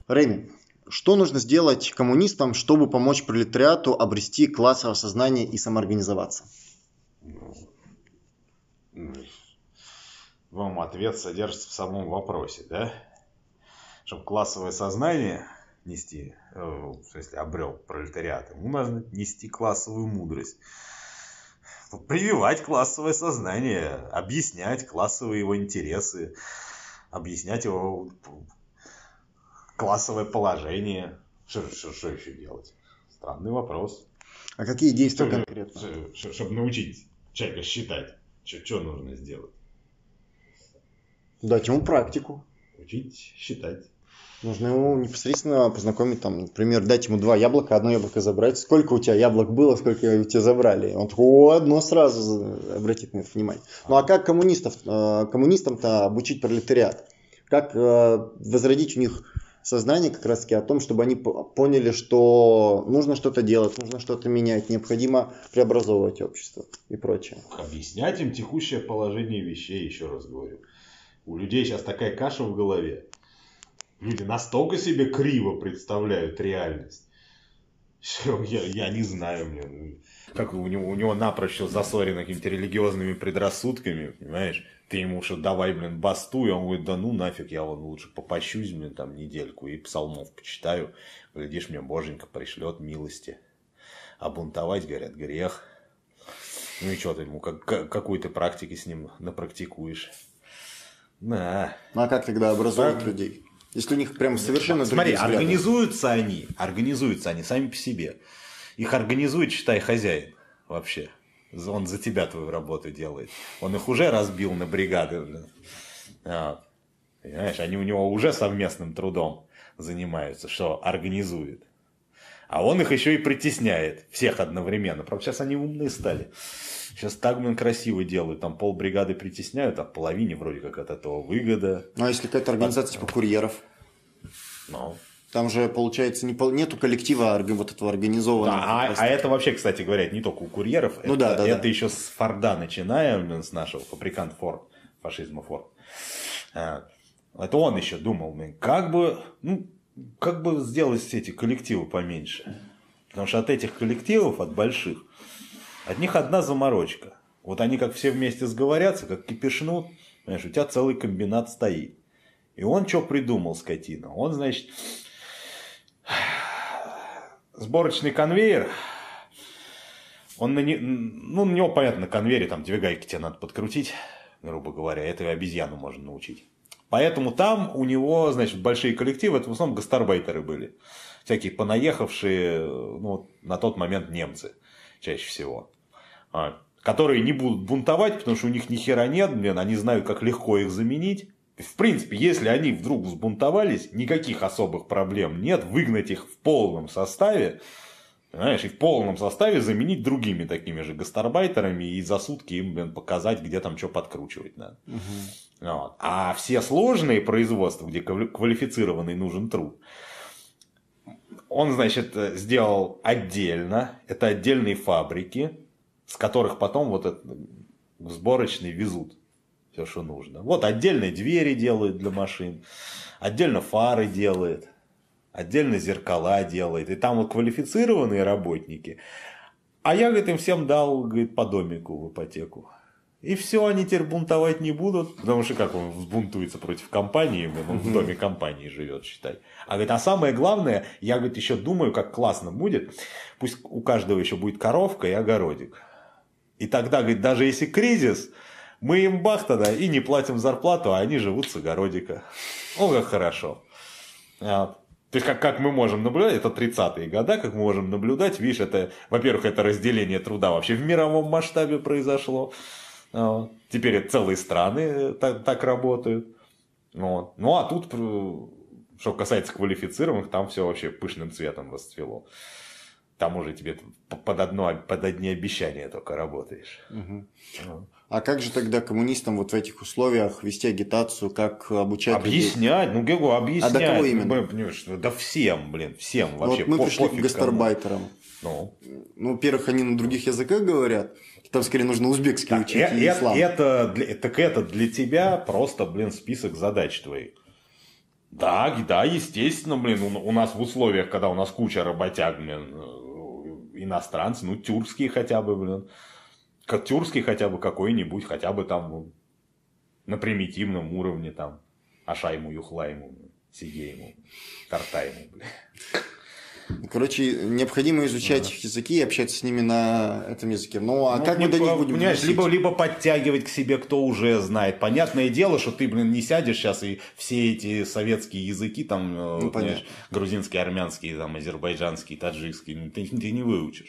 Реми, что нужно сделать коммунистам, чтобы помочь пролетариату обрести классовое сознание и самоорганизоваться? Вам ответ содержится в самом вопросе, да? Чтобы классовое сознание нести, в смысле, обрел пролетариат, ему нужно нести классовую мудрость. Прививать классовое сознание, объяснять классовые его интересы, объяснять его классовое положение. Что еще делать? Странный вопрос. А какие действия конкретно? Чтобы научить человека считать, что нужно сделать? Дать ему практику. Учить считать. Нужно его непосредственно познакомить, там, например, дать ему 2 яблока, одно яблоко забрать. Сколько у тебя яблок было, сколько у тебя забрали? Он такой, одно сразу обратит на это внимание. Ну а как коммунистам-то обучить пролетариат? Как возродить у них сознание как раз таки о том, чтобы они поняли, что нужно что-то делать, нужно что-то менять, необходимо преобразовывать общество и прочее. Объяснять им текущее положение вещей, еще раз говорю. У людей сейчас такая каша в голове. Люди настолько себе криво представляют реальность, что я не знаю, блин. Как у него напрочь все засорено какими-то религиозными предрассудками, понимаешь? Ты ему что, давай, блин, бастуй, а он говорит, да ну нафиг, я вон лучше попощусь, блин, там недельку и псалмов почитаю. Глядишь, мне боженька пришлет милости. А бунтовать, говорят, грех. Ну и что ты ему, какой ты практики с ним напрактикуешь? Да. Ну а как тогда образовать людей? Если у них прям совершенно другие взгляды. Организуются они сами по себе. Их организует, считай, хозяин вообще. Он за тебя твою работу делает. Он их уже разбил на бригады. Понимаешь, они у него уже совместным трудом занимаются, что организует. А он их еще и притесняет. Всех одновременно. Правда, сейчас они умные стали. Сейчас так, блин, красиво делают. Там полбригады притесняют, а половине вроде как от этого выгода. Ну, а если какая-то организация типа курьеров? Ну. Там же, получается, нету коллектива вот этого организованного. Да, а это вообще, кстати говоря, не только у курьеров. Ну, это еще с Форда начиная, блин, с нашего фабриканта Форд, фашизма Форд. Это он еще думал, блин, как бы сделать эти коллективы поменьше. Потому что от этих коллективов, от больших, от них одна заморочка. Вот они как все вместе сговорятся, как кипишнут, понимаешь, у тебя целый комбинат стоит. И он что придумал, скотина? Он, значит, сборочный конвейер, на него, понятно, на конвейере там 2 гайки тебе надо подкрутить, грубо говоря, это и обезьяну можно научить. Поэтому там у него, значит, большие коллективы, это в основном гастарбайтеры были. Всякие понаехавшие, на тот момент немцы, чаще всего. Которые не будут бунтовать, потому что у них ни хера нет, блин, они знают, как легко их заменить. В принципе, если они вдруг взбунтовались, никаких особых проблем нет, выгнать их в полном составе, понимаешь, и в полном составе заменить другими такими же гастарбайтерами и за сутки им, блин, показать, где там что подкручивать надо. Угу. Вот. А все сложные производства, где квалифицированный нужен труд, он, значит, сделал отдельно, это отдельные фабрики, с которых потом вот этот в сборочный везут все, что нужно. Вот отдельно двери делают для машин, отдельно фары делает, отдельно зеркала делает. И там вот квалифицированные работники. А я, говорит, им всем дал, говорит, по домику в ипотеку. И все, они теперь бунтовать не будут. Потому что как он взбунтуется против компании, он в доме компании живет, считай. А говорит, а самое главное, я, говорит, еще думаю, как классно будет. Пусть у каждого еще будет коровка и огородик. И тогда, говорит, даже если кризис, мы им бах тогда и не платим зарплату, а они живут с огородика. О, как хорошо. То есть, как мы можем наблюдать, это 30-е годы, как мы можем наблюдать, видишь, это, во-первых, это разделение труда вообще в мировом масштабе произошло. Теперь целые страны так работают. Ну, а тут, что касается квалифицированных, там все вообще пышным цветом расцвело. Там уже тебе под одни обещания только работаешь. Угу. А как же тогда коммунистам вот в этих условиях вести агитацию, как обучать объяснять, людей? Гего, объяснять. А до кого именно? Да всем, всем вообще. Вот мы пришли к гастарбайтерам. Ну, во-первых, они на других языках говорят. Там, скорее, нужно узбекский учить и ислам. Это для тебя просто, список задач твоих. Да, естественно, блин, у нас в условиях, когда у нас куча работяг, блин, иностранцы, ну, тюркские хотя бы, блин, тюркский хотя бы какой-нибудь, хотя бы там ну, на примитивном уровне, там, ашайму, юхлайму, сигейму, картайму, блин. Короче, необходимо изучать их языки и общаться с ними на этом языке. Ну, а как мы до них будем доносить? Либо подтягивать к себе, кто уже знает. Понятное дело, что ты, блин, не сядешь сейчас и все эти советские языки, там, ну, понимаешь, грузинский, армянский, там, азербайджанский, таджикский, ты не выучишь.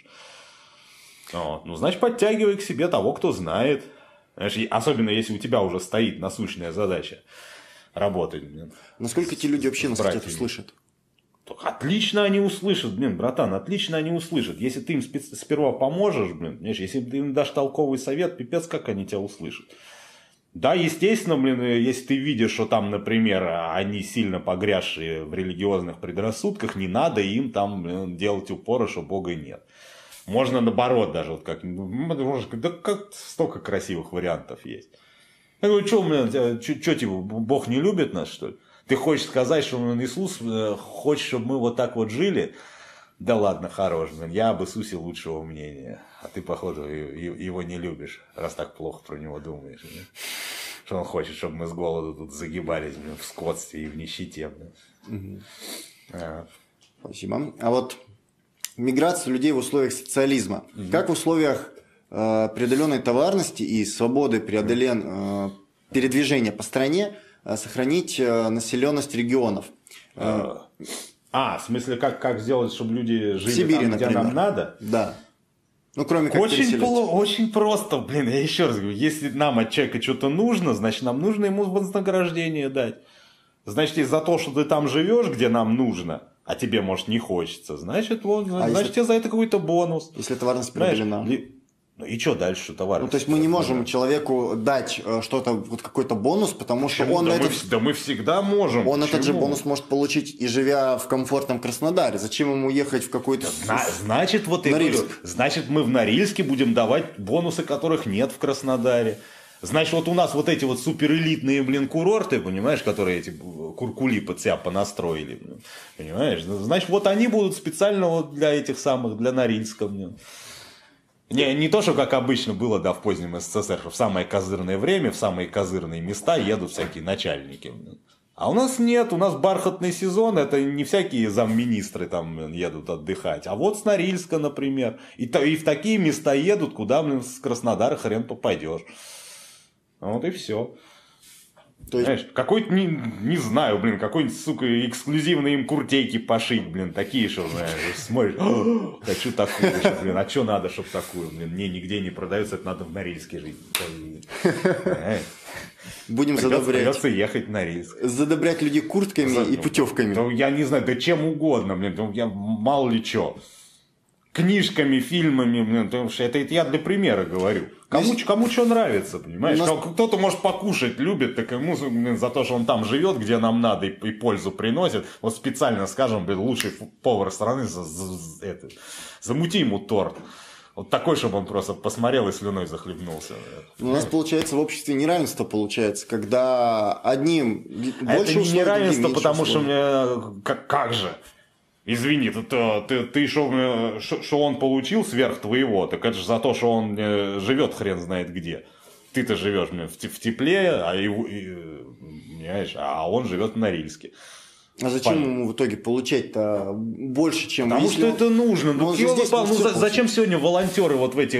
Вот. Ну, значит, подтягивай к себе того, кто знает. Знаешь, особенно, если у тебя уже стоит насущная задача работать. Блин, насколько эти люди вообще нас хотят услышать? Отлично они услышат, блин, братан, отлично они услышат. Если ты им сперва поможешь, блин, если ты им дашь толковый совет, пипец, как они тебя услышат. Да, естественно, блин, если ты видишь, что там, например, они сильно погрязшие в религиозных предрассудках, не надо им там, блин, делать упоры, что Бога нет. Можно наоборот даже, вот как, да как столько красивых вариантов есть. Я говорю, что, блин, что типа, Бог не любит нас, что ли? Ты хочешь сказать, что Иисус хочет, чтобы мы вот так вот жили? Да ладно, хорош, блин, я об Иисусе лучшего мнения. А ты, походу, его не любишь, раз так плохо про него думаешь. Блин. Что он хочет, чтобы мы с голоду тут загибались, блин, в скотстве и в нищете. Блин. Спасибо. А вот миграция людей в условиях социализма. Как в условиях преодоленной товарности и свободы передвижения по стране сохранить населенность регионов? В смысле, как сделать, чтобы люди жили Сибири, там, где например. нам надо? Да. Ну, кроме как очень просто, блин, я еще раз говорю, если нам от человека что-то нужно, значит, нам нужно ему вознаграждение дать. Значит, за то, что ты там живешь, где нам нужно, а тебе, может, не хочется, значит, вот, значит, тебе за это какой-то бонус. Если товарность преодолена. Ну и что дальше, товарищ? Ну, то есть мы не можем человеку дать что-то, вот какой-то бонус, потому что он мы всегда можем. Он этот же бонус может получить и живя в комфортном Краснодаре. Зачем ему ехать в какой-то... Значит, вот я говорю, значит, мы в Норильске будем давать бонусы, которых нет в Краснодаре. Значит, вот у нас вот эти вот суперэлитные, блин, курорты, понимаешь, которые эти куркули под себя понастроили, блин, понимаешь? Значит, вот они будут специально вот для этих самых, для Норильска, блин. Не то, что как обычно было, да, в позднем СССР, что в самое козырное время, в самые козырные места едут всякие начальники. А у нас нет, у нас бархатный сезон, это не всякие замминистры там едут отдыхать, а вот с Норильска, например. И в такие места едут, куда, блин, с Краснодара хрен попадешь. Вот и все. То есть... Знаешь, какой-то, не знаю, блин, какой-нибудь, сука, эксклюзивные им куртейки пошить, блин, такие, что, знаешь, смотришь, хочу такую, блин, а что надо, чтобы такую, блин, мне нигде не продается, это надо в Норильске жить. Будем задобрять. Придется ехать в Норильск. Задобрять людей куртками и путевками. Ну, я не знаю, да чем угодно, блин, я мало ли что. Книжками, фильмами, блин, потому что это я для примера говорю. Кому что нравится, понимаешь? Кто-то, может, покушать любит, так ему, блин, за то, что он там живет, где нам надо, и пользу приносит. Вот специально, скажем, блин, лучший повар страны, замути ему торт. Вот такой, чтобы он просто посмотрел и слюной захлебнулся. У нас, получается, в обществе неравенство получается, когда одним больше это не условий, неравенство, потому условий. что как же? Извини, ты что он получил сверх твоего, так это же за то, что он живет хрен знает где. Ты-то живешь в тепле, а он живет в Норильске. А зачем ему в итоге получать-то больше, чем... Потому что это нужно. Зачем сегодня волонтеры вот в эти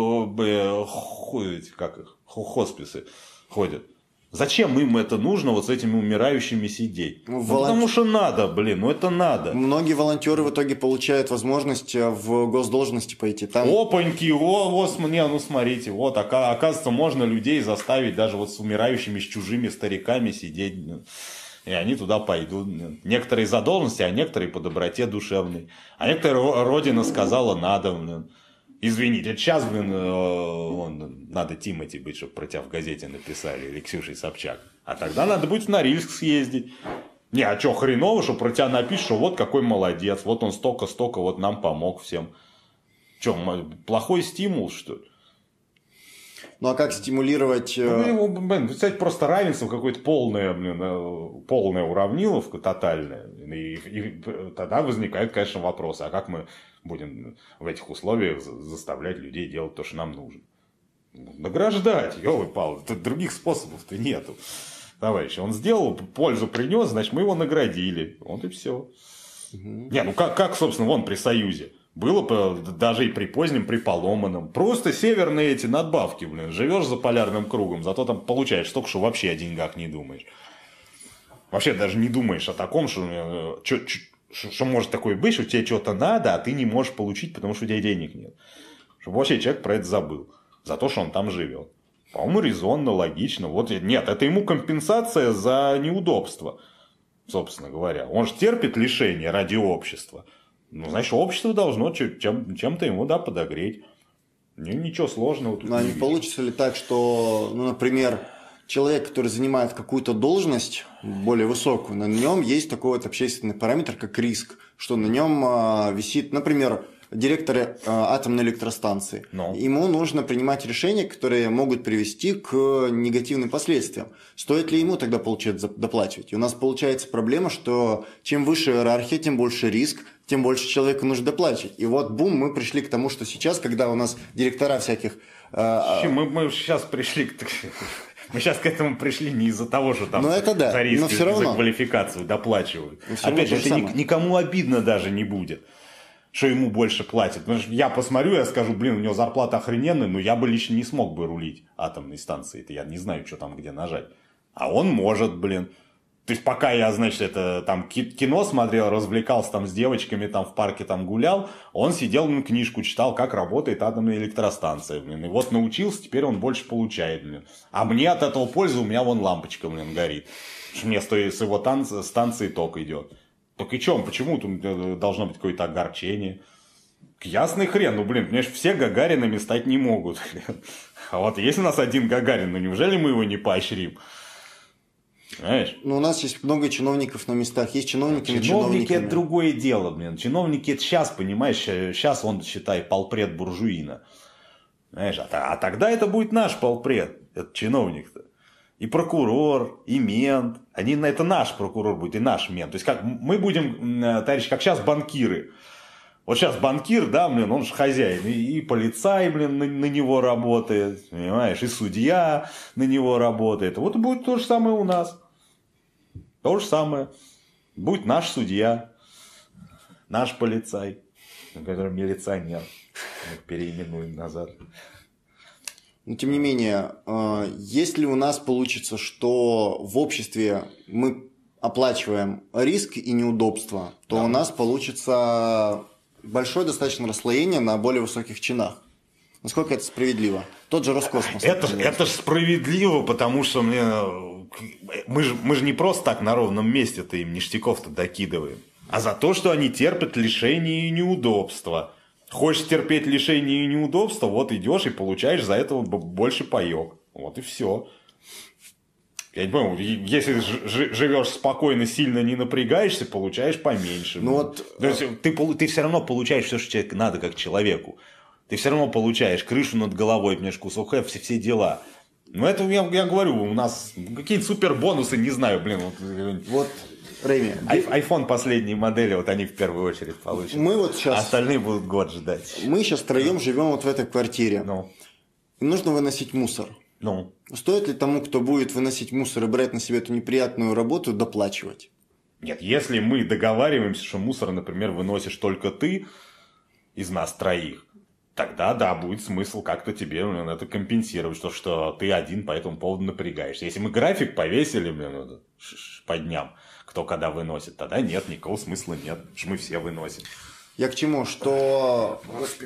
хосписы ходят? Зачем им это нужно вот с этими умирающими сидеть? Потому что надо, блин, это надо. Многие волонтеры в итоге получают возможность в госдолжности пойти. Там... Опаньки, смотрите, вот, оказывается, можно людей заставить даже вот с умирающими, с чужими стариками сидеть. И они туда пойдут. Некоторые за должности, а некоторые по доброте душевной. А некоторые Родина сказала надо, блин. Извините, сейчас, блин, надо Тимати быть, чтобы про тебя в газете написали, или Ксюшей Собчак. А тогда надо будет в Норильск съездить. Не, а что хреново, что про тебя напишут, что вот какой молодец, вот он столько вот нам помог всем. Что, плохой стимул, что ли? Ну а как стимулировать... Кстати, просто равенство какое-то полное уравниловка тотальная. И тогда возникает, конечно, вопрос, а как мы будем в этих условиях заставлять людей делать то, что нам нужно? Награждать, ёлы-палы, тут других способов-то нету. Товарищи, он сделал, пользу принес, значит, мы его наградили. Вот и все. Не, ну как, собственно, вон при Союзе. Было даже и при позднем, при поломанном. Просто северные эти надбавки, блин. Живешь за полярным кругом, зато там получаешь столько, что вообще о деньгах не думаешь. Вообще даже не думаешь о таком, что может такое быть, что тебе что-то надо, а ты не можешь получить, потому что у тебя денег нет. Чтобы вообще человек про это забыл. За то, что он там живет. По-моему, резонно, логично. Вот нет, это ему компенсация за неудобство, собственно говоря. Он же терпит лишение ради общества. Ну, значит, общество должно чем-то ему, да, подогреть. Ничего сложного тут не получится ли так, что, ну, например, человек, который занимает какую-то должность более высокую, на нем есть такой вот общественный параметр, как риск, что на нем висит, например, директор атомной электростанции. Ему нужно принимать решения, которые могут привести к негативным последствиям. Стоит ли ему тогда, получается, доплачивать? И у нас получается проблема, что чем выше иерархия, тем больше риск, тем больше человеку нужно доплачивать. И вот, бум, мы пришли к тому, что сейчас, когда у нас директора всяких... Мы сейчас пришли к... Мы сейчас к этому пришли не из-за того, что там за риск, за квалификацию доплачивают. Опять же, это никому обидно даже не будет, что ему больше платят. Потому что я посмотрю, я скажу, блин, у него зарплата охрененная, но я бы лично не смог бы рулить атомной станцией. Это я не знаю, что там где нажать. А он может, блин. То есть, пока я, значит, это там кино смотрел, развлекался там с девочками, там в парке там гулял, он сидел, книжку читал, как работает атомная электростанция, блин. И вот научился, теперь он больше получает, блин. А мне от этого пользы, у меня вон лампочка, блин, горит. Мне с его станции ток идет. Так и чем? Почему тут должно быть какое-то огорчение? Ясный хрен, ну, блин, понимаешь, все Гагаринами стать не могут. А вот есть у нас один Гагарин, ну, неужели мы его не поощрим? Знаешь? Ну, у нас есть много чиновников на местах, есть чиновники. Чиновники это другое дело, блин. Чиновники это сейчас, понимаешь, сейчас он, считай, полпред буржуина. Знаешь, а тогда это будет наш полпред, этот чиновник-то. И прокурор, и мент. Это наш прокурор будет, и наш мент. То есть, как мы будем, товарищи, как сейчас банкиры. Вот сейчас банкир, да, блин, он же хозяин. И полицай, блин, на него работает. Понимаешь, и судья на него работает. Вот будет то же самое у нас. То же самое. Будет наш судья, наш полицай, который милиционер. Переименуем назад. Но тем не менее, если у нас получится, что в обществе мы оплачиваем риск и неудобства, то у нас получится большое достаточно расслоение на более высоких чинах. Насколько это справедливо? Тот же Роскосмос. Это же справедливо, потому что мы же не просто так на ровном месте-то им ништяков-то докидываем, а за то, что они терпят лишения и неудобства. Хочешь терпеть лишения и неудобства, вот идешь и получаешь за это больше паёк. Вот и все. Я не понимаю, если живешь спокойно, сильно не напрягаешься, получаешь поменьше. То есть ты все равно получаешь все, что тебе надо как человеку. Ты все равно получаешь крышу над головой, понимаешь, кусок хлеба, все дела. Ну, это я говорю, у нас какие-то супер бонусы, не знаю, блин. Вот Рэми. iPhone последней модели, вот они в первую очередь получат. Мы вот сейчас... Остальные будут год ждать. Мы сейчас втроем живем вот в этой квартире. И нужно выносить мусор. Стоит ли тому, кто будет выносить мусор и брать на себя эту неприятную работу, доплачивать? Нет, если мы договариваемся, что мусор, например, выносишь только ты из нас троих, тогда, да, будет смысл как-то тебе это компенсировать, что ты один по этому поводу напрягаешься. Если мы график повесили, по дням, кто когда выносит, тогда нет, никакого смысла нет, что мы все выносим. Я к чему? Что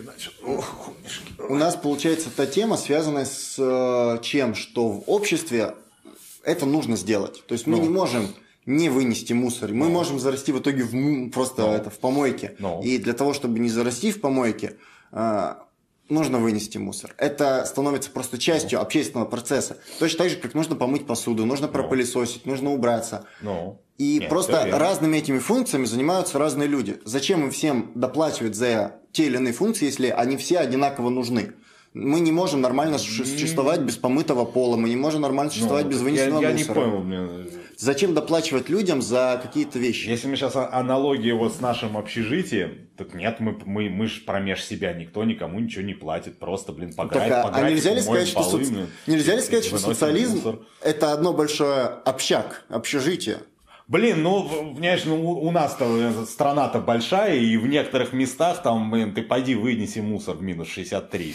у нас получается та тема, связанная с чем? Что в обществе это нужно сделать. То есть мы не можем не вынести мусор. Мы можем зарасти в итоге в помойке. И для того, чтобы не зарасти в помойке, нужно вынести мусор. Это становится просто частью общественного процесса. Точно так же, как нужно помыть посуду, нужно пропылесосить, нужно убраться. И просто разными этими функциями занимаются разные люди. Зачем им всем доплачивать за те или иные функции, если они все одинаково нужны? Мы не можем нормально существовать без помытого пола, мы не можем нормально существовать без вынесенного я мусора. не понял, блин. Зачем доплачивать людям за какие-то вещи? Если мы сейчас аналогии вот с нашим общежитием, так нет, мы ж промеж себя, никто никому ничего не платит, просто, блин, нельзя ли сказать, что социализм это одно большое общак, общежитие? Блин, ну, понимаешь, у нас-то страна-то большая, и в некоторых местах там, блин, ты пойди вынеси мусор в минус 63.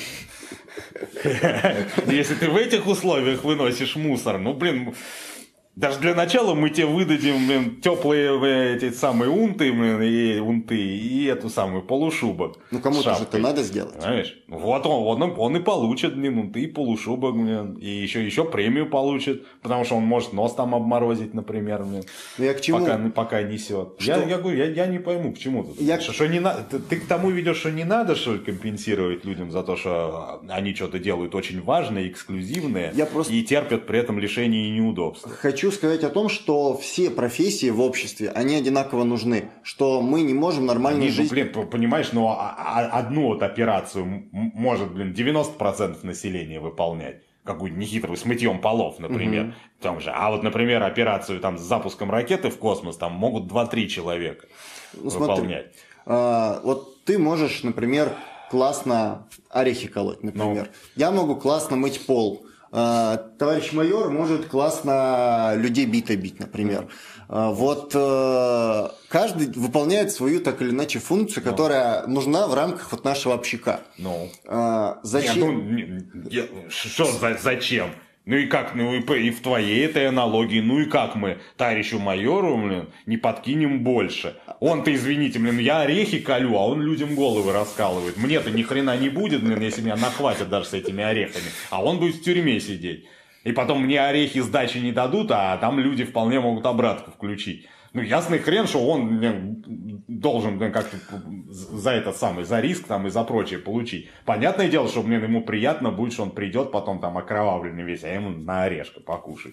Если ты в этих условиях выносишь мусор, ну, блин, даже для начала мы тебе выдадим, блин, теплые эти самые унты, блин, и эту самую полушубок. Ну, кому-то же это надо сделать. Знаешь, вот он и получит, блин, унты и полушубок, блин, и еще премию получит, потому что он может нос там обморозить, например, блин, я к чему? пока несет. Я говорю, я не пойму, к чему тут. Что не надо, ты к тому ведешь, что не надо, что ли, компенсировать людям за то, что они что-то делают очень важное, эксклюзивное, и терпят при этом лишения и неудобства. Хочу сказать о том, что все профессии в обществе, они одинаково нужны, что мы не можем нормально жить. Блин, понимаешь, но одну вот операцию может, блин, 90% населения выполнять. Какую-то нехитрую, с мытьем полов, например. В том же. А вот, например, операцию там, с запуском ракеты в космос там могут 2-3 человека выполнять. Смотри, вот ты можешь, например, классно орехи колоть, например. Я могу классно мыть пол. Товарищ майор может классно людей битой бить, например. Вот каждый выполняет свою так или иначе функцию, которая нужна в рамках вот нашего общака. Зачем? Зачем? Ну и как? Ну и в твоей этой аналогии, ну и как мы товарищу майору, блин, не подкинем больше? Он-то, извините, блин, я орехи колю, а он людям головы раскалывает. Мне-то ни хрена не будет, блин, если меня нахватят даже с этими орехами. А он будет в тюрьме сидеть. И потом мне орехи сдачи не дадут, а там люди вполне могут обратку включить. Ну, ясный хрен, что он, блин, должен, блин, как-то за этот самый, за риск там и за прочее получить. Понятное дело, что, блин, ему приятно будет, что он придет потом там окровавленный весь, а ему на орешка покушать.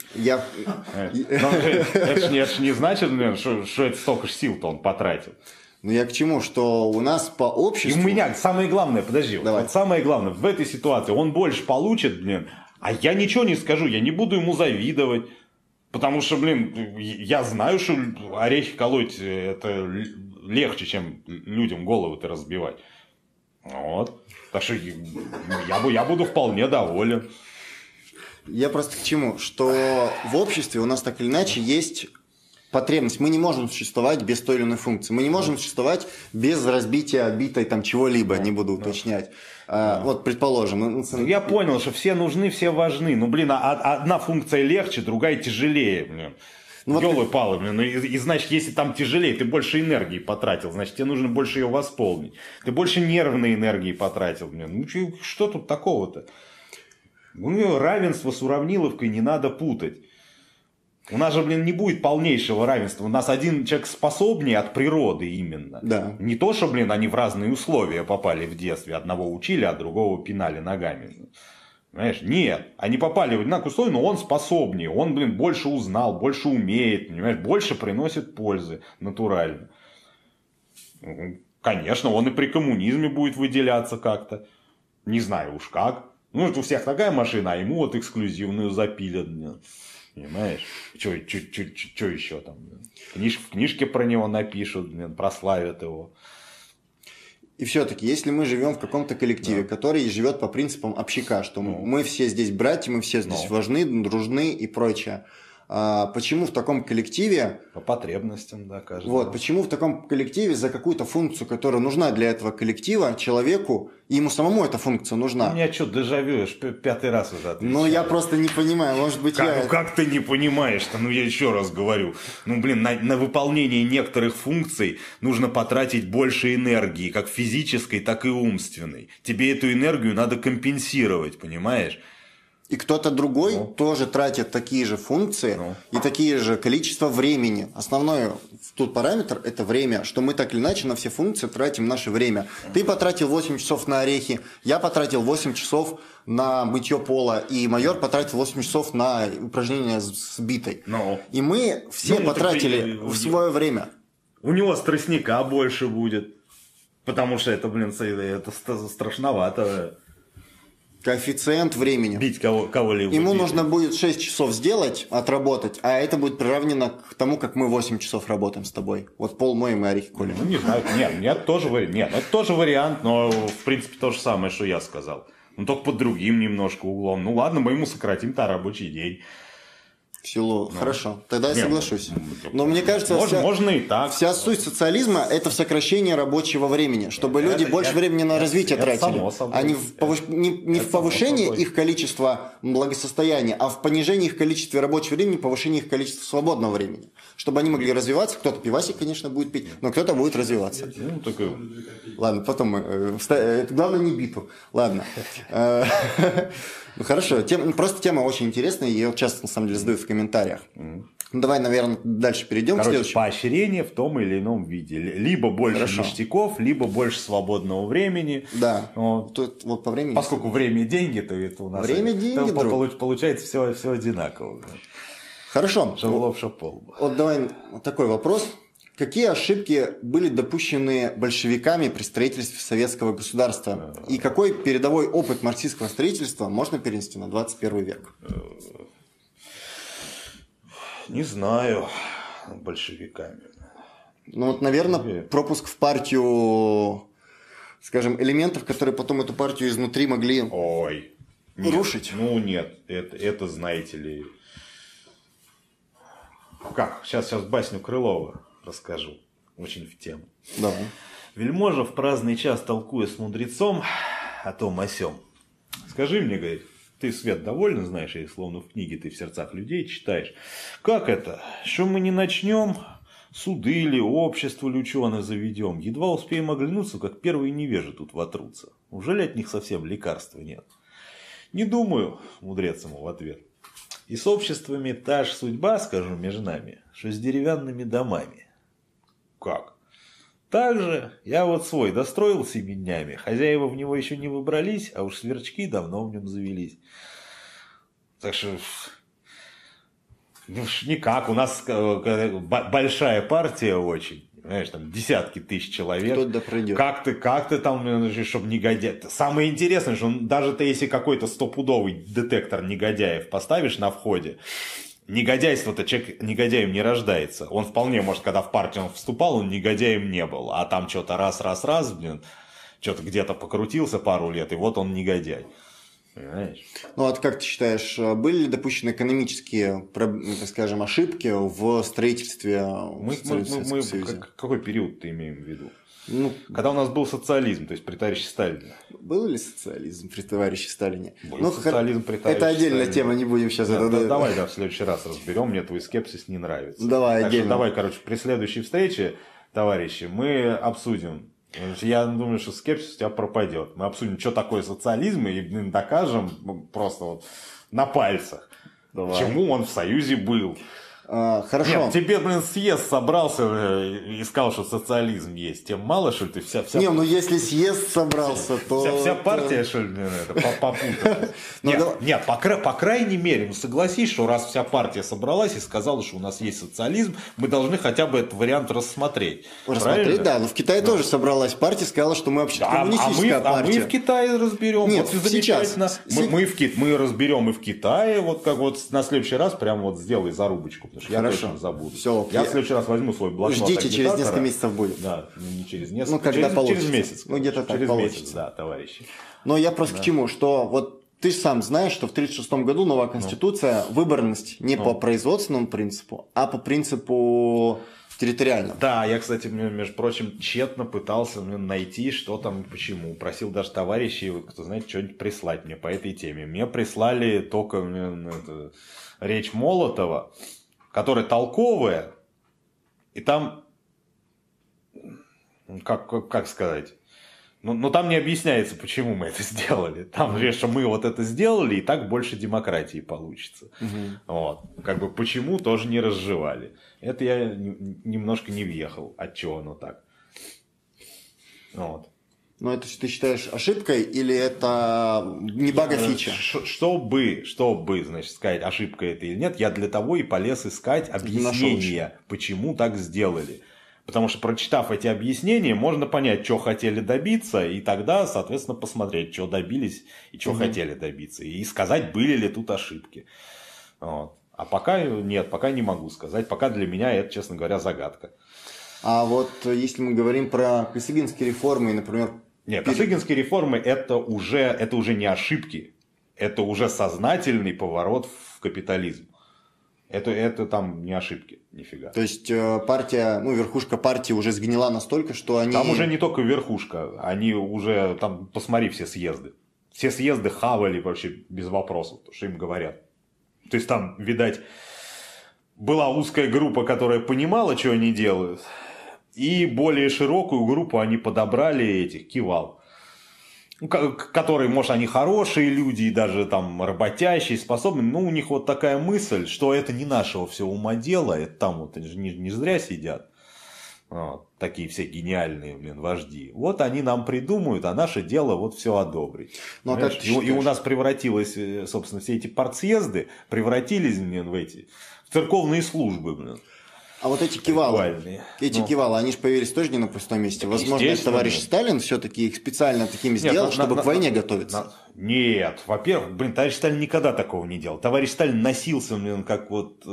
Это ж не значит, блин, что это столько ж сил-то он потратил. Ну, я к чему? Что у нас по обществу... И у меня самое главное, подожди, вот самое главное, в этой ситуации он больше получит, блин, а я ничего не скажу, я не буду ему завидовать. Потому что, блин, я знаю, что орехи колоть это легче, чем людям головы-то разбивать. Вот. Так что я буду вполне доволен. Я просто к чему? Что в обществе у нас так или иначе есть потребность. Мы не можем существовать без той или иной функции. Мы не можем существовать без разбития битой там чего-либо, не буду уточнять. Вот, предположим. Я понял, что все нужны, все важны. Ну, блин, одна функция легче, другая тяжелее, блин. Ёлы-палы, блин. И значит, если там тяжелее, ты больше энергии потратил, значит, тебе нужно больше ее восполнить. Ты больше нервной энергии потратил, блин. Ну, что тут такого-то? Ну, равенство с уравниловкой не надо путать. У нас же, блин, не будет полнейшего равенства. У нас один человек способнее от природы именно. Да. Не то, что, блин, они в разные условия попали в детстве. Одного учили, а другого пинали ногами. Понимаешь? Нет. Они попали в одинаковые условия, но он способнее. Он, блин, больше узнал, больше умеет. Понимаешь? Больше приносит пользы натурально. Конечно, он и при коммунизме будет выделяться как-то. Не знаю уж как. Ну, это у всех такая машина, а ему вот эксклюзивную запилят. Понимаешь? Что еще там? В книжке про него напишут, прославят его. И все-таки, если мы живем в каком-то коллективе, который живет по принципам общака, что мы все здесь братья, мы все здесь важны, дружны и прочее. Почему в таком коллективе... По потребностям, да, каждого. Вот, почему в таком коллективе за какую-то функцию, которая нужна для этого коллектива, человеку, и ему самому эта функция нужна. У меня что, дежавю, я ж 5-й раз уже отвечаю. Ну, я просто не понимаю, может быть, как ты не понимаешь-то? Ну, я еще раз говорю. Ну, блин, на выполнение некоторых функций нужно потратить больше энергии, как физической, так и умственной. Тебе эту энергию надо компенсировать, понимаешь? И кто-то другой тоже тратит такие же функции и такие же количество времени. Основной тут параметр – это время, что мы так или иначе на все функции тратим наше время. Ты потратил 8 часов на орехи, я потратил 8 часов на мытье пола, и майор потратил 8 часов на упражнения с битой. И мы все потратили в свое время. У него стresсника больше будет, потому что это, блин, это страшновато. коэффициент времени. Бить кого-либо. Ему нужно будет 6 часов сделать, отработать, а это будет приравнено к тому, как мы 8 часов работаем с тобой. Вот пол моем и орехи колем. Ну, не знаю, нет, это тоже вариант, но в принципе то же самое, что я сказал. Ну, только под другим немножко углом. Ну, ладно, мы ему сократим-то рабочий день. В силу. Хорошо, тогда я соглашусь. Но мне кажется, можно и так. Вся суть социализма – это в сокращении рабочего времени, чтобы люди больше времени на развитие тратили, а не в повышении их количества благосостояния, а в понижении их количества рабочего времени, повышении их количества свободного времени. Чтобы они могли развиваться, кто-то пивасик, конечно, будет пить, но кто-то будет развиваться. Ну, только... Ладно, потом мы... Главное, не биту. Ладно. Ну хорошо, просто тема очень интересная, и ее часто на самом деле задают в комментариях. Ну, давай, наверное, дальше перейдем к следующему. Поощрение в том или ином виде. Либо больше ништяков, либо больше свободного времени. Да. Тут, вот по времени. Поскольку время и деньги, то это у нас получается все одинаково. Хорошо. Шавлов шапол. Вот давай такой вопрос. Какие ошибки были допущены большевиками при строительстве советского государства? И какой передовой опыт марксистского строительства можно перенести на 21 век? Не знаю. Большевиками. Ну вот, наверное, пропуск в партию, скажем, элементов, которые потом эту партию изнутри могли рушить. Ну нет, это знаете ли... Как? Сейчас басню Крылова расскажу. Очень в тему. Давай. Вельможа в праздный час, толкуя с мудрецом о том о сём. Скажи мне, говорит, ты, Свет, довольно знаешь, и словно в книге ты в сердцах людей читаешь. Как это? Что мы не начнем, суды ли, общество ли ученых заведем? Едва успеем оглянуться, как первые невежи тут вотрутся. Ужели от них совсем лекарства нет? Не думаю, мудрец ему в ответ. И с обществами та же судьба, скажу между нами, что с деревянными домами. Как? Так же я вот свой достроил 7 днями, хозяева в него еще не выбрались, а уж сверчки давно в нем завелись. Так что никак, у нас большая партия очень. Понимаешь, там десятки тысяч человек. Кто-то пройдет. Как ты там, чтобы негодяй... Самое интересное, что даже ты, если какой-то стопудовый детектор негодяев поставишь на входе, негодяйство-то человек негодяем не рождается. Он вполне, может, когда в партию он вступал, он негодяем не был. А там что-то раз, что-то где-то покрутился пару лет, и вот он негодяй. Понимаешь? Ну, вот как ты считаешь, были ли допущены экономические, так скажем, ошибки в строительстве Советского Союза? Какой период ты имеешь в виду? Ну, когда у нас был социализм, то есть при товарище Сталине. Был ли социализм при товарище Сталине? Был социализм при товарище Это отдельная Сталине. Тема, не будем сейчас... Давай в следующий раз разберем, мне твой скепсис не нравится. Давай, отдельно. Давай, при следующей встрече, товарищи, мы обсудим. Я думаю, что скепсис у тебя пропадет. Мы обсудим, что такое социализм, и докажем просто вот на пальцах, почему он в Союзе был. Хорошо. Нет, тебе, съезд собрался и сказал, что социализм есть. Тем мало, что ли, ты вся... Не, ну если съезд собрался, то... Вся партия, что ли, попутала? Нет, по крайней мере, согласись, что раз вся партия собралась и сказала, что у нас есть социализм, мы должны хотя бы этот вариант рассмотреть. Рассмотреть, да. Но в Китае тоже собралась партия, сказала, что мы вообще коммунистическая партия. А мы в Китае разберем. Нет, сейчас. Мы разберем и в Китае, вот как вот на следующий раз прям вот сделай зарубочку. Потому что я точно забуду. Все, я в следующий раз возьму свой блокнот. Ждите, через несколько месяцев будет. Да, не через несколько. Ну, когда получится. Через месяц. Ну, где-то так через получится. Месяц, да, товарищи. Но я просто к чему, что вот ты сам знаешь, что в 1936 году новая конституция, выборность не по производственному принципу, а по принципу территориальному. Да, я, кстати, между прочим, тщетно пытался найти, что там и почему. Просил даже товарищей, кто знает, что-нибудь прислать мне по этой теме. Мне прислали только речь Молотова, которая толковая, и там, как сказать, но там не объясняется, почему мы это сделали. Там же, что мы вот это сделали, и так больше демократии получится. Вот. Как бы почему, тоже не разжевали. Это я немножко не въехал, отчего оно так. Вот. Но это ты считаешь ошибкой или это не бага фича? Чтобы, значит, сказать, ошибка это или нет, я для того и полез искать объяснение, почему так сделали. Потому что, прочитав эти объяснения, можно понять, что хотели добиться, и тогда, соответственно, посмотреть, что добились и что хотели добиться. И сказать, были ли тут ошибки. Вот. А пока нет, пока не могу сказать. Пока для меня это, честно говоря, загадка. А вот если мы говорим про косыгинские реформы, например... Нет, косыгинские реформы это уже не ошибки. Это уже сознательный поворот в капитализм. Это там не ошибки, нифига. То есть партия, верхушка партии уже сгнила настолько, что они... Там уже не только верхушка, они уже, там, посмотри, все съезды. Все съезды хавали вообще без вопросов, то, что им говорят. То есть там, видать, была узкая группа, которая понимала, что они делают, и более широкую группу они подобрали этих кивал. Которые, может, они хорошие люди, и даже там работящие, способные, но у них вот такая мысль, что это не нашего все ума дело, это там вот они же не зря сидят, вот, такие все гениальные, вожди. Вот они нам придумают, а наше дело вот все одобрить. Ну, а и у нас превратилось, собственно, все эти партсъезды превратились в церковные службы, А вот эти кивалы, кивалы, они же появились тоже не на пустом месте. Возможно, товарищ Сталин все-таки их специально такими сделал, чтобы к войне готовиться. Нет, во-первых, товарищ Сталин никогда такого не делал. Товарищ Сталин носился, как вот,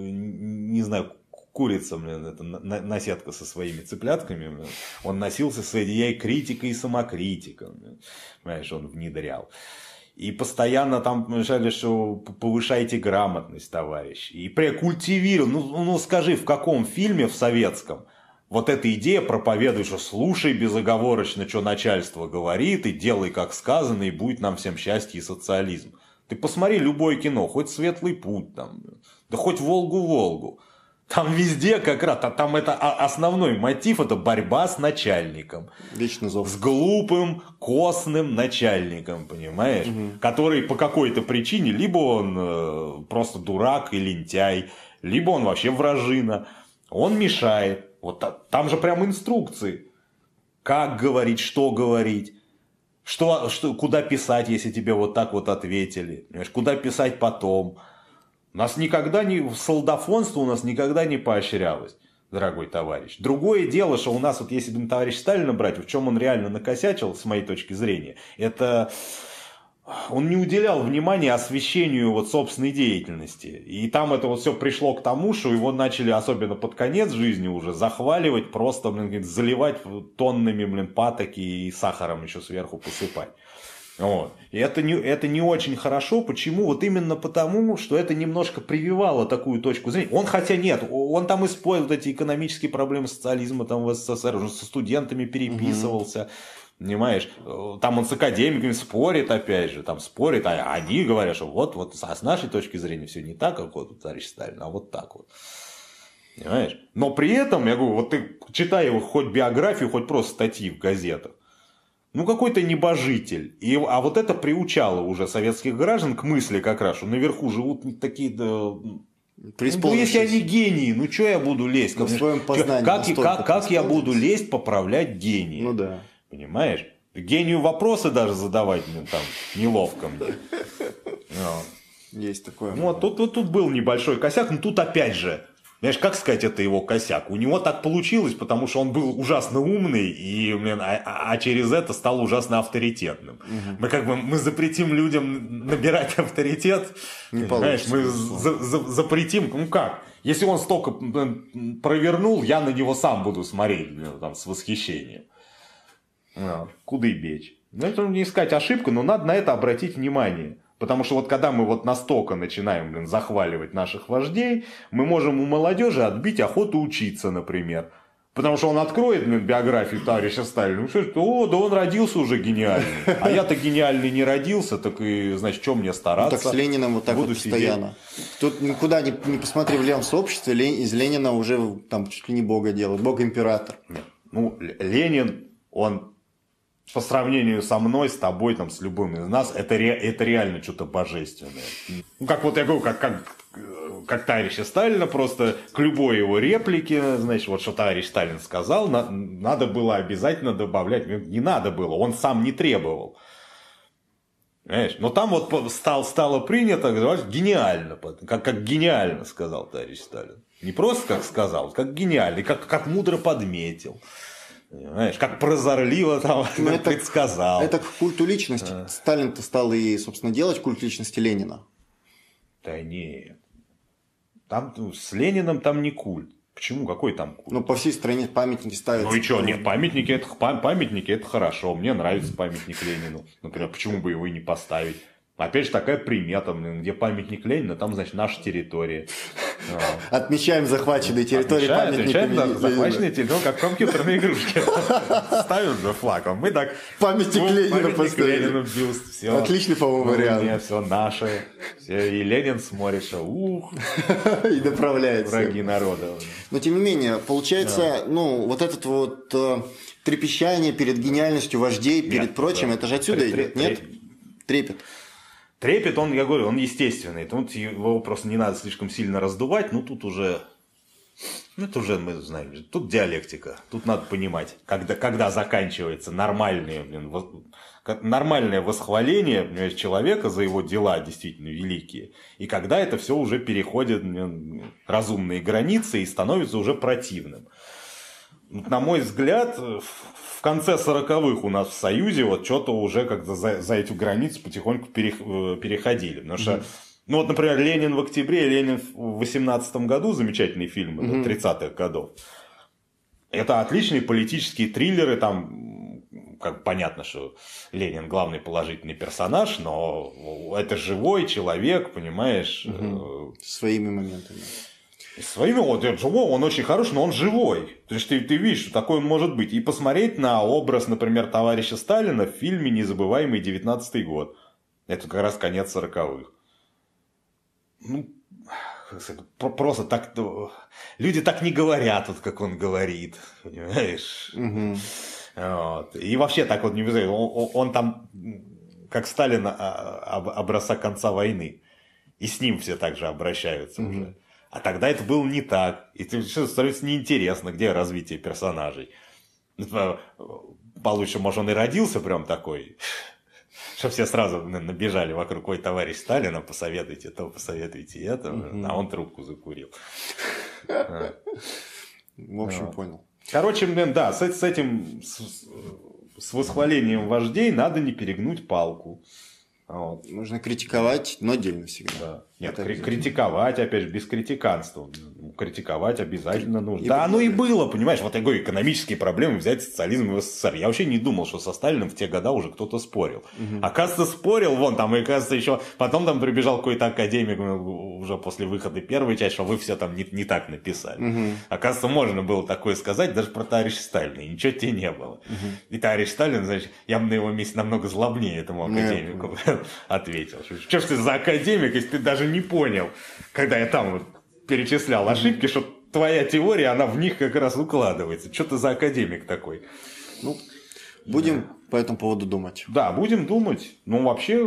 не знаю, курица, это наседка со своими цыплятками. Он носился с идеей критика и самокритика. Понимаешь, он внедрял. И постоянно там мешали, что повышайте грамотность, товарищ. И прекультивировали. Ну, скажи, в каком фильме в советском вот эта идея проповедует, что слушай безоговорочно, что начальство говорит, и делай, как сказано, и будет нам всем счастье и социализм. Ты посмотри любое кино, хоть «Светлый путь», там, да хоть «Волгу-Волгу». Там везде как раз, там это основной мотив, это борьба с начальником. Вечно зов. С глупым, костным начальником, понимаешь? Который по какой-то причине, либо он просто дурак и лентяй, либо он вообще вражина. Он мешает. Вот там же прям инструкции. Как говорить, что говорить. Куда писать, если тебе вот так вот ответили. Понимаешь? Куда писать потом. Солдафонство у нас никогда не поощрялось, дорогой товарищ. Другое дело, что у нас, вот если товарищ Сталина брать, в чем он реально накосячил, с моей точки зрения, это он не уделял внимания освещению вот собственной деятельности. И там это вот все пришло к тому, что его начали, особенно под конец жизни уже, захваливать, просто, заливать тоннами, патоки и сахаром еще сверху посыпать. Вот. И это не очень хорошо. Почему? Вот именно потому, что это немножко прививало такую точку зрения. Он там использовал эти экономические проблемы социализма там в СССР, уже со студентами переписывался. Понимаешь? Там он с академиками спорит, опять же, а они говорят, что вот с нашей точки зрения все не так, как вот товарищ Сталин, а вот так вот. Понимаешь? Но при этом, я говорю, вот ты читай его хоть биографию, хоть просто статьи в газетах. Какой-то небожитель. А вот это приучало уже советских граждан к мысли как раз, что наверху живут такие... если они гении, что я буду лезть? В своем познании. Как я буду лезть, поправлять гения? Ну да. Понимаешь? Гению вопросы даже задавать там неловко мне. Есть такое. Тут был небольшой косяк, но тут опять же... Знаешь, как сказать, это его косяк? У него так получилось, потому что он был ужасно умный, и, через это стал ужасно авторитетным. Мы запретим людям набирать авторитет, не понимаешь, мы запретим, как? Если он столько провернул, я на него сам буду смотреть с восхищением. Куда и бечь. Это не искать ошибку, но надо на это обратить внимание. Потому что когда мы настолько начинаем, захваливать наших вождей, мы можем у молодежи отбить охоту учиться, например. Потому что он откроет биографию товарища Сталина, да он родился уже гениальный. А я-то гениальный не родился, так и, значит, что мне стараться? Так с Лениным вот так вот постоянно. Тут никуда не посмотри в левом сообществе, из Ленина уже там чуть ли не бога делают, бог-император. Ленин, он... По сравнению со мной, с тобой, с любым из нас, это реально что-то божественное. Как я говорю, как товарища Сталина, просто к любой его реплике, значит, вот что товарищ Сталин сказал, надо было обязательно добавлять. Не надо было, он сам не требовал. Понимаешь? Но там вот стало принято говорить гениально, как гениально сказал товарищ Сталин. Не просто как сказал, как гениально, как мудро подметил. Понимаешь, как прозорливо там предсказал. Это к культу личности. Сталин-то стал и, собственно, делать культ личности Ленина. Да нет. Там с Лениным там не культ. Почему? Какой там культ? Ну, по всей стране памятники ставятся. Ну и что? Нет, памятники это хорошо. Мне нравится памятник Ленину. Например, почему бы его и не поставить? Опять же, такая примета, где памятник Ленина, там, значит, наша территория. Отмечаем захваченные территории памятниками. Захваченные территории, как компьютерные игрушки. Ставим же флаг. Мы так... Памятник Ленина поставили. Ленину бюст. Все. Отличный, по-моему, вариант. Нет, все наше. Все. И Ленин смотрит, что и направляется. Враги народа. Но, тем не менее, получается, вот этот вот трепещание перед гениальностью вождей, перед прочим, это же отсюда идет, нет? Трепет. Трепет, я говорю, он естественный. Тут его просто не надо слишком сильно раздувать. Тут уже... это уже мы знаем. Тут диалектика. Тут надо понимать, когда заканчивается нормальное восхваление человека за его дела действительно великие. И когда это все уже переходит разумные границы и становится уже противным. На мой взгляд, в конце 40-х у нас в Союзе что-то уже как-то за эту границу потихоньку переходили. Потому что, например, «Ленин в октябре», «Ленин в 18-м году», замечательный фильм 30-х годов. Это отличные политические триллеры, там, как понятно, что Ленин главный положительный персонаж, но это живой человек, понимаешь. Своими моментами. Своими, он очень хороший, но он живой. То есть ты видишь, что такое может быть. И посмотреть на образ, например, товарища Сталина в фильме «Незабываемый 19-й год». Это как раз конец 40-х. Просто так... Люди так не говорят, как он говорит. Понимаешь? И вообще так не вызывает. Он там, как Сталин образца конца войны. И с ним все так же обращаются уже. А тогда это было не так. И становится неинтересно, где развитие персонажей. Получше, может, он и родился прям такой, что все сразу набежали вокруг: ой, товарищ Сталина, посоветуйте то, посоветуйте это. А он трубку закурил. В общем, понял. Короче, да, с этим, с восхвалением вождей надо не перегнуть палку. Нужно критиковать, но отдельно всегда. Да. Нет, критиковать, опять же, без критиканства. Критиковать обязательно нужно. Да, оно и было, понимаешь, я говорю, экономические проблемы, взять социализм в СССР. Я вообще не думал, что со Сталиным в те года уже кто-то спорил. Оказывается, спорил, и оказывается, еще потом там прибежал какой-то академик уже после выхода первой части, что вы все там не так написали. Оказывается, можно было такое сказать даже про товарища Сталина, и ничего тебе не было. И товарищ Сталин, значит, я бы на его месте намного злобнее этому академику ответил. Что ж ты за академик, если ты даже не понял, когда я там перечислял ошибки, что твоя теория, она в них как раз укладывается. Что ты за академик такой? Будем по этому поводу думать. Да, будем думать. Вообще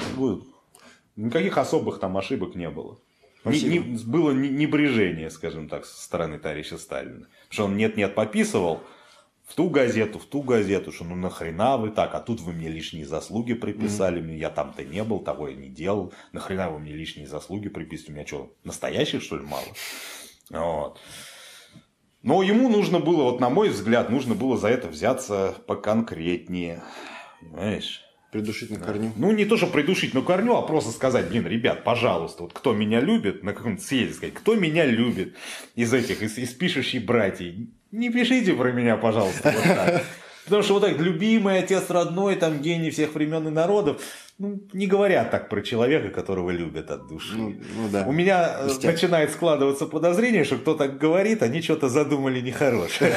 никаких особых там ошибок не было. Было небрежение, скажем так, со стороны товарища Сталина. Потому что он нет-нет пописывал в ту газету, что нахрена вы так, а тут вы мне лишние заслуги приписали, я там-то не был, того я не делал, нахрена вы мне лишние заслуги приписываете, у меня что, настоящих, что ли, мало? Но ему нужно было, на мой взгляд, нужно было за это взяться поконкретнее, понимаешь? Придушить на корню. Не то, что придушить на корню, а просто сказать: ребят, пожалуйста, кто меня любит, на каком-то съезде сказать, кто меня любит из пишущих братьев, не пишите про меня, пожалуйста, вот так. Потому что так, любимый, отец родной, там, гений всех времен и народов, не говорят так про человека, которого любят от души. Да. У меня начинает складываться подозрение, что кто так говорит, они что-то задумали нехорошее.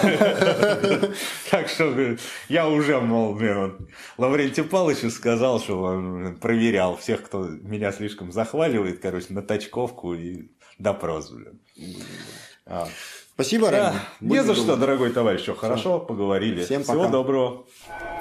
Так что я уже, Лаврентию Павловичу сказал, что он проверял всех, кто меня слишком захваливает, на тачковку и допрос. Спасибо, Рами. Не за что, дорогой товарищ. Хорошо поговорили. Всем Всего пока. доброго.